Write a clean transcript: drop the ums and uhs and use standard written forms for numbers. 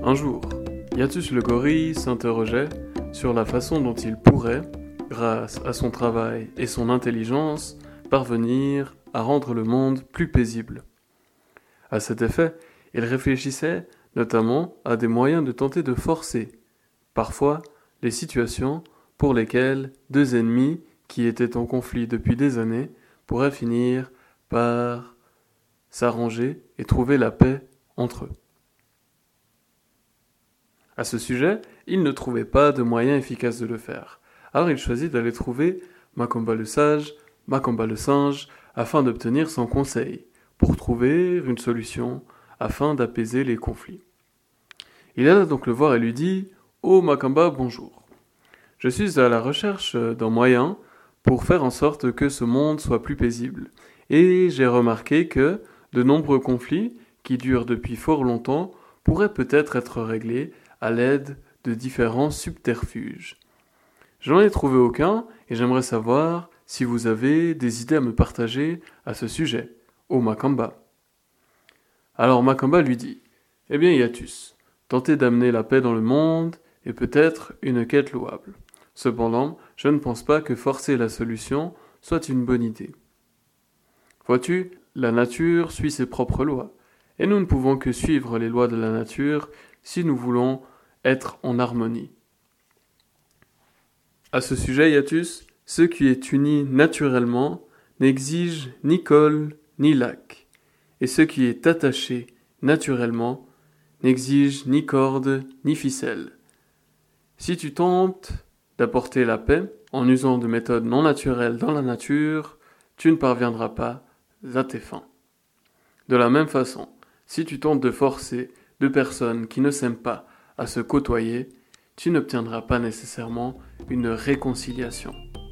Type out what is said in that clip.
Un jour, Yatus le gorille s'interrogeait sur la façon dont il pourrait, grâce à son travail et son intelligence, parvenir à rendre le monde plus paisible. À cet effet, il réfléchissait notamment à des moyens de tenter de forcer, parfois, les situations pour lesquelles deux ennemis qui étaient en conflit depuis des années pourraient finir par s'arranger et trouver la paix entre eux. À ce sujet, il ne trouvait pas de moyen efficace de le faire. Alors il choisit d'aller trouver Makamba le sage, Makamba le singe, afin d'obtenir son conseil, pour trouver une solution, afin d'apaiser les conflits. Il alla donc le voir et lui dit « Oh Makamba, bonjour. Je suis à la recherche d'un moyen pour faire en sorte que ce monde soit plus paisible. Et j'ai remarqué que de nombreux conflits, qui durent depuis fort longtemps, pourraient peut-être être réglés à l'aide de différents subterfuges. J'en ai trouvé aucun et j'aimerais savoir si vous avez des idées à me partager à ce sujet, ô Makamba. » Alors Makamba lui dit « Eh bien Yatus, tenter d'amener la paix dans le monde est peut-être une quête louable. Cependant, je ne pense pas que forcer la solution soit une bonne idée. Vois-tu, la nature suit ses propres lois, et nous ne pouvons que suivre les lois de la nature si nous voulons être en harmonie. À ce sujet, Yatus, ce qui est uni naturellement n'exige ni col ni lac, et ce qui est attaché naturellement n'exige ni corde ni ficelle. Si tu tentes d'apporter la paix en usant de méthodes non naturelles dans la nature, tu ne parviendras pas à tes fins. De la même façon, si tu tentes de forcer deux personnes qui ne s'aiment pas à se côtoyer, tu n'obtiendras pas nécessairement une réconciliation.